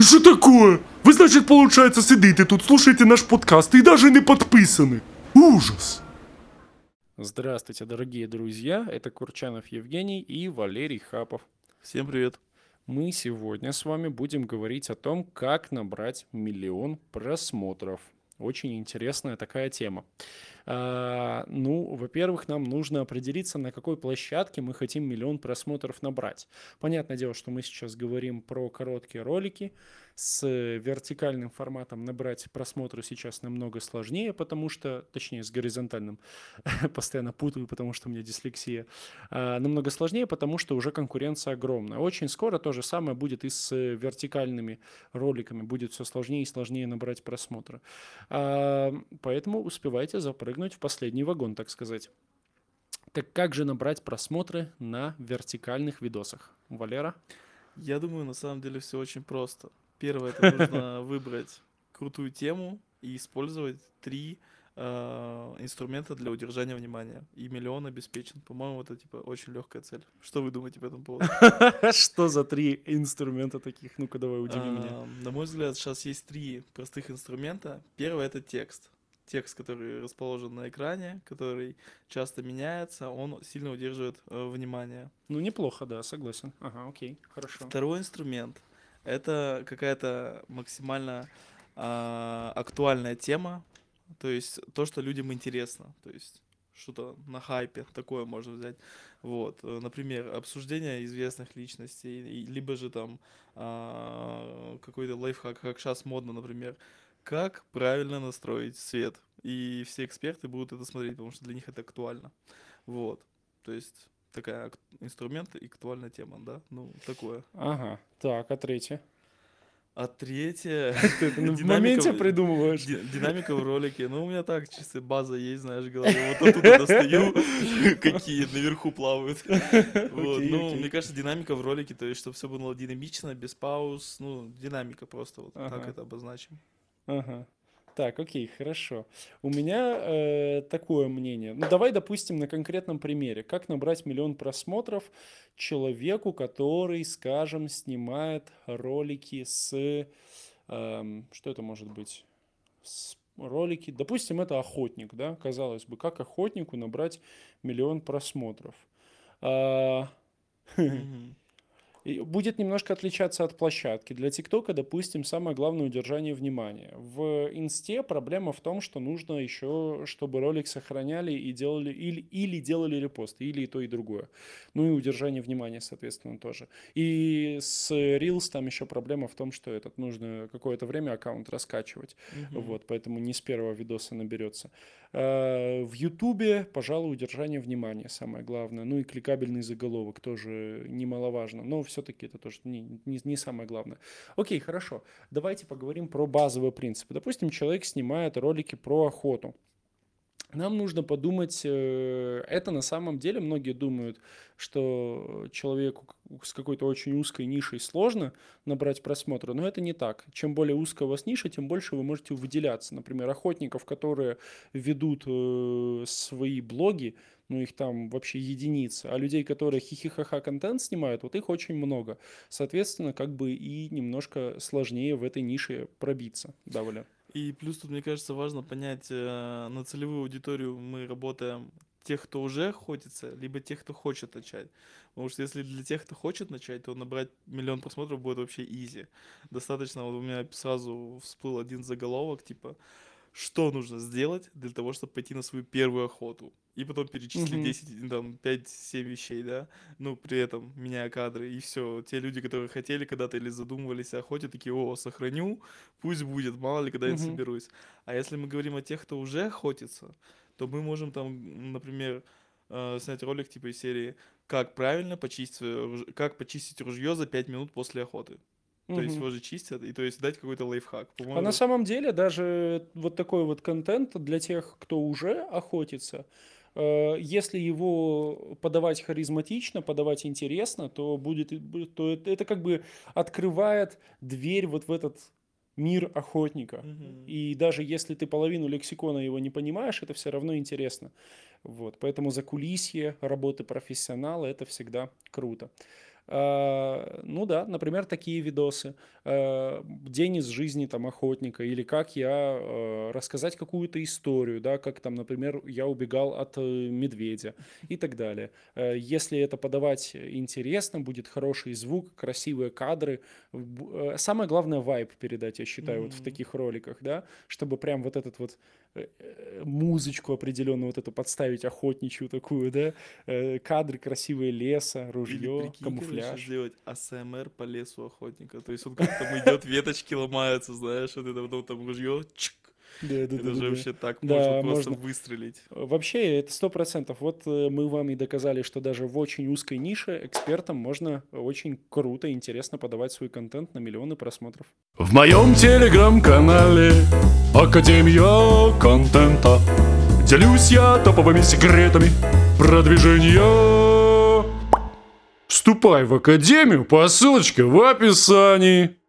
Що такое? Ви, значить, получается, сидите тут, слушаете наш подкаст и даже не подписаны. Ужас. Здравствуйте, дорогие друзья! Это Курчанов Евгений и Валерий Хапов. Всем привет. Мы сегодня с вами будем говорить о том, как набрать 1 000 000 просмотров. Очень интересная такая тема. Во-первых, нам нужно определиться, на какой площадке мы хотим 1 000 000 просмотров набрать. Понятное дело, что мы сейчас говорим про короткие ролики. С вертикальным форматом набрать просмотры сейчас намного сложнее, потому что, точнее, с горизонтальным, постоянно путаю, потому что у меня дислексия, намного сложнее, потому что уже конкуренция огромная. Очень скоро то же самое будет и с вертикальными роликами, будет все сложнее и сложнее набрать просмотры. Поэтому успевайте запрыгнуть в последний вагон, так сказать. Так как же набрать просмотры на вертикальных видосах? Валера? Я думаю, на самом деле все очень просто. Первое, это нужно выбрать крутую тему и использовать 3 инструмента для удержания внимания. И 1 000 000 обеспечен. По-моему, это типа очень легкая цель. Что вы думаете по этому поводу? Что за 3 инструмента таких? Ну-ка, давай, удиви меня. На мой взгляд, сейчас есть 3 простых инструмента. Первый это текст. Текст, который расположен на экране, который часто меняется, он сильно удерживает внимание. Ну, неплохо, да, согласен. Ага, окей, хорошо. Второй инструмент это какая-то максимально актуальная тема, то есть то, что людям интересно, то есть что-то на хайпе, такое можно взять. Вот, например, обсуждение известных личностей, либо же там какой-то лайфхак, как сейчас модно, например, как правильно настроить свет. И все эксперты будут это смотреть, потому что для них это актуально. Вот, то есть такая инструмент и актуальная тема, да, ну, такое. Ага, так, а третье? А третье, Ты это в динамика, моменте придумываешь? динамика в ролике. Ну, у меня так, чисто база есть, знаешь, в голове. Вот оттуда достаю, какие наверху плавают. Вот, Окей, ну, мне окей. кажется, динамика в ролике, то есть, чтобы все было динамично, без пауз, ну, динамика просто, вот так Ага. это обозначим. Ага. Так, окей, хорошо. У меня такое мнение. Ну, давай, допустим, на конкретном примере. Как набрать 1 000 000 просмотров человеку, который, скажем, снимает ролики что это может быть? Ролики. Допустим, это охотник, да? Казалось бы, как охотнику набрать 1 000 000 просмотров? А, Мгм. И будет немножко отличаться от площадки. Для ТикТока, допустим, самое главное удержание внимания. В Инсте проблема в том, что нужно еще, чтобы ролик сохраняли и делали, или делали репосты, или и то, и другое. Ну и удержание внимания, соответственно, тоже. И с Reels там еще проблема в том, что нужно какое-то время аккаунт раскачивать. Мгм. Вот, поэтому не с первого видоса наберется. В Ютубе, пожалуй, удержание внимания самое главное. Ну и кликабельный заголовок тоже немаловажно. Но все-таки это тоже не самое главное. Окей, хорошо. Давайте поговорим про базовые принципы. Допустим, человек снимает ролики про охоту. Нам нужно подумать, это на самом деле, многие думают, что человеку с какой-то очень узкой нишей сложно набрать просмотры, но это не так. Чем более узкая у вас ниша, тем больше вы можете выделяться. Например, охотников, которые ведут свои блоги, ну их там вообще единицы, а людей, которые хихихаха контент снимают, вот их очень много. Соответственно, как бы и немножко сложнее в этой нише пробиться. Да, Валя? И плюс тут, мне кажется, важно понять, на целевую аудиторию мы работаем тех, кто уже охотится, либо тех, кто хочет начать. Потому что если для тех, кто хочет начать, то набрать 1 000 000 просмотров будет вообще изи. Достаточно, вот у меня сразу всплыл один заголовок, типа, что нужно сделать для того, чтобы пойти на свою первую охоту. И потом перечислить Мгм. 10, там, 5-7 вещей, да, ну, при этом меняя кадры, и все. Те люди, которые хотели когда-то или задумывались о охоте, такие, о, сохраню, пусть будет, мало ли, когда я Мгм. соберусь. А если мы говорим о тех, кто уже охотится, то мы можем там, например, снять ролик типа из серии «Как правильно почистить, как почистить ружье за 5 минут после охоты». То есть Мгм. его же чистят, и то есть дать какой-то лайфхак. А на По-моему, самом деле даже вот такой вот контент для тех, кто уже охотится, если его подавать харизматично, подавать интересно, то это как бы открывает дверь вот в этот мир охотника. мгм. И даже если ты половину лексикона его не понимаешь, это все равно интересно. Вот. Поэтому закулисье работы профессионала это всегда круто. Ну да, например, такие видосы. День из жизни там охотника, или как я рассказать какую-то историю, да, как там, например, я убегал от медведя и так далее. Если это подавать интересно, будет хороший звук, красивые кадры. Самое главное вайб передать, я считаю, вот в таких роликах, да, чтобы прям вот этот вот музычку определенную вот эту подставить охотничью такую, да, кадры красивые леса, Или ружье, прикинь, короче, камуфляж. сделать АСМР по лесу охотника. То есть он как там идет, веточки ломаются, знаешь, вот это потом там ружье. Чик. Это же Да. вообще так Да, можно просто можно. выстрелить. Вообще, это 100%. Вот мы вам и доказали, что даже в очень узкой нише экспертам можно очень круто и интересно подавать свой контент на миллионы просмотров. В моем телеграм-канале Академия контента делюсь я топовыми секретами продвижения. Вступай в Академию по ссылочке в описании.